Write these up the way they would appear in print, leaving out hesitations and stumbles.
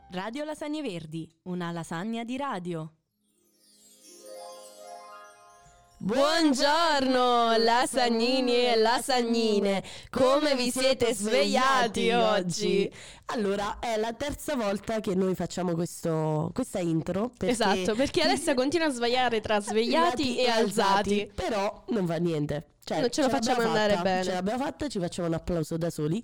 Radio Lasagne Verdi, una lasagna di radio. Buongiorno lasagnini e lasagnine, come vi siete svegliati oggi? Allora, è la terza volta che noi facciamo questa intro Esatto, perché Alessia continua a sbagliare tra svegliati e alzati. Però non va niente, cioè, non ce lo facciamo andare bene. Ce l'abbiamo fatta, ci facciamo un applauso da soli.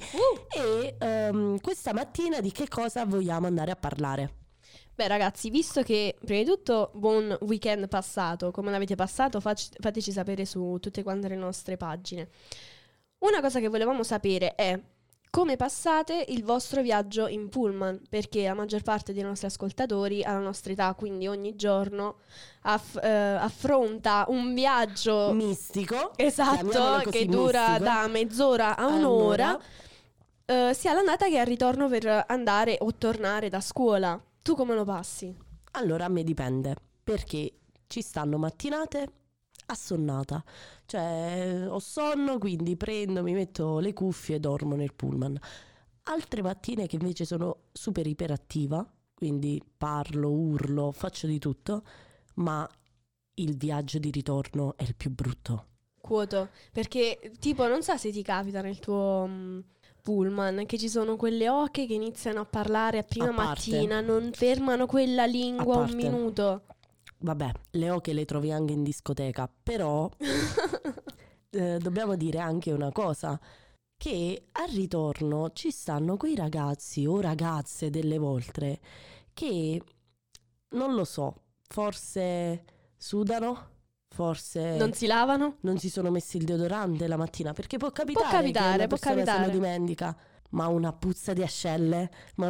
E questa mattina di che cosa vogliamo andare a parlare? Beh ragazzi, visto che prima di tutto buon weekend passato, come l'avete passato fateci sapere su tutte quante le nostre pagine. Una cosa che volevamo sapere è come passate il vostro viaggio in pullman, perché la maggior parte dei nostri ascoltatori ha la nostra età, quindi ogni giorno affronta un viaggio mistico, esatto, che dura mistico, da mezz'ora a un'ora, sia all'andata che al ritorno per andare o tornare da scuola. Tu come lo passi? Allora a me dipende, perché ci stanno mattinate assonnata, cioè ho sonno, quindi prendo, mi metto le cuffie e dormo nel pullman. Altre mattine che invece sono super iperattiva, quindi parlo, urlo, faccio di tutto, ma il viaggio di ritorno è il più brutto. Quoto, perché tipo non so se ti capita nel tuo pullman che ci sono quelle oche che iniziano a parlare a prima mattina, non fermano quella lingua un minuto. Vabbè, le oche le trovi anche in discoteca, però dobbiamo dire anche una cosa, che al ritorno ci stanno quei ragazzi o ragazze delle volte che, non lo so, forse sudano, forse non si lavano, non si sono messi il deodorante la mattina, perché può capitare che una persona se lo dimentica, ma una puzza di ascelle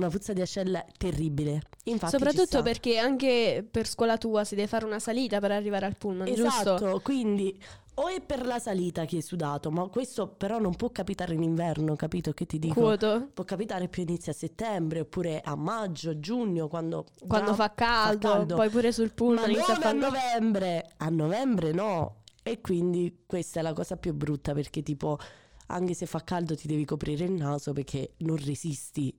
terribile. Infatti soprattutto perché anche per scuola tua si deve fare una salita per arrivare al pullman, esatto, giusto? Quindi o è per la salita che hai sudato, ma questo però non può capitare in inverno, capito che ti dico? Quoto. Può capitare più inizio a settembre oppure a maggio, giugno, quando fa caldo, poi pure sul pullman inizia a fare... a novembre no. E quindi questa è la cosa più brutta, perché tipo anche se fa caldo ti devi coprire il naso perché non resisti,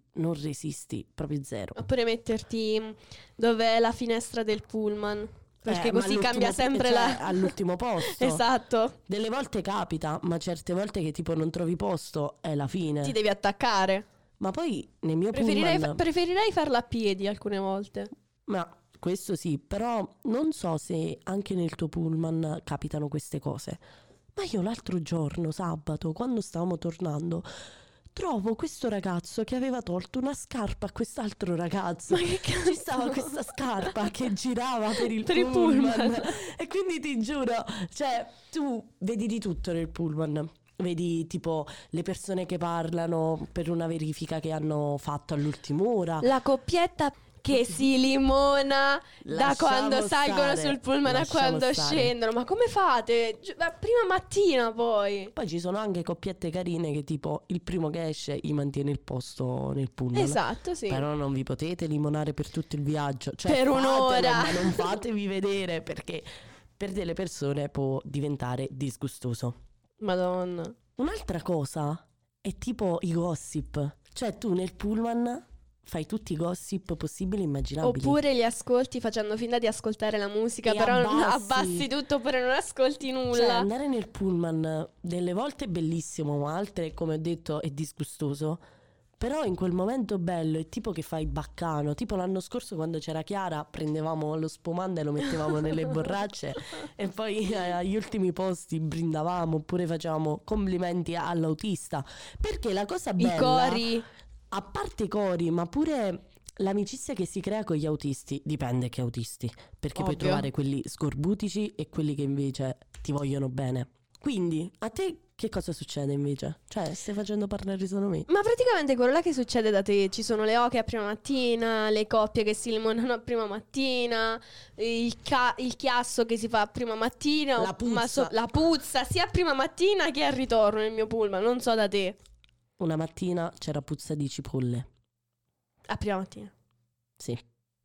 proprio zero. Oppure metterti dove è la finestra del pullman, perché così cambia sempre all'ultimo posto. Esatto. Delle volte capita, ma certe volte che tipo non trovi posto è la fine. Ti devi attaccare. Ma poi nel mio pullman preferirei farla a piedi alcune volte. Ma questo sì, però non so se anche nel tuo pullman capitano queste cose. Ma io l'altro giorno, sabato, quando stavamo tornando, trovo questo ragazzo che aveva tolto una scarpa a quest'altro ragazzo. Ma che cazzo? Ci stava questa scarpa che girava per il pullman. E quindi ti giuro, cioè tu vedi di tutto nel pullman. Vedi tipo le persone che parlano per una verifica che hanno fatto all'ultima ora. La coppietta che si limona da quando salgono sul pullman a quando scendono. Ma come fate? Prima mattina poi ci sono anche coppiette carine che tipo il primo che esce gli mantiene il posto nel pullman. Esatto, sì. Però non vi potete limonare per tutto il viaggio, cioè per un'ora, ma non fatevi vedere, perché per delle persone può diventare disgustoso. Madonna. Un'altra cosa è tipo i gossip. Cioè tu nel pullman fai tutti i gossip possibili e immaginabili. Oppure li ascolti facendo finta di ascoltare la musica, però abbassi tutto oppure non ascolti nulla. Cioè andare nel pullman delle volte è bellissimo, ma altre, come ho detto, è disgustoso. Però in quel momento bello è tipo che fai baccano. Tipo l'anno scorso quando c'era Chiara prendevamo lo spumante e lo mettevamo nelle borracce e poi agli ultimi posti brindavamo oppure facevamo complimenti all'autista. Perché la cosa bella, i cori, a parte i cori, ma pure l'amicizia che si crea con gli autisti, dipende che autisti, perché puoi trovare quelli scorbutici e quelli che invece ti vogliono bene. Quindi a te che cosa succede invece? Cioè stai facendo parlare solo me? Ma praticamente quello là che succede da te. Ci sono le oche a prima mattina, le coppie che si limonano a prima mattina, il chiasso che si fa a prima mattina, la puzza. La puzza sia a prima mattina che al ritorno nel mio pullman. Non so da te. Una mattina c'era puzza di cipolle. A prima mattina? Sì.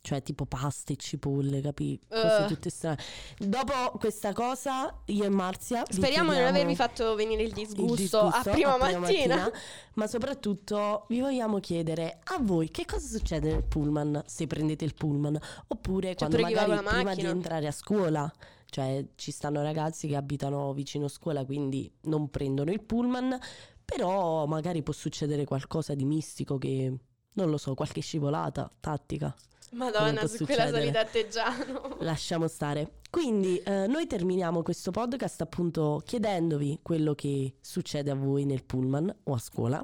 cioè tipo pasta e cipolle, capì? Cose tutte strane. Dopo questa cosa io e Marzia vi speriamo di non chiediamo avervi fatto venire il disgusto a prima mattina. Ma soprattutto vi vogliamo chiedere a voi che cosa succede nel pullman se prendete il pullman, oppure quando pure chi va magari con la prima di macchina. entrare a scuola, cioè ci stanno ragazzi che abitano vicino a scuola, quindi non prendono il pullman, però magari può succedere qualcosa di mistico, che non lo so, qualche scivolata tattica. Madonna, può su quella succedere? solita atteggiano. Lasciamo stare. Quindi noi terminiamo questo podcast appunto chiedendovi quello che succede a voi nel pullman o a scuola.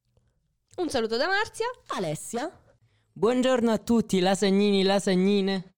Un saluto da Marzia. Alessia. Buongiorno a tutti, lasagnini, lasagnine.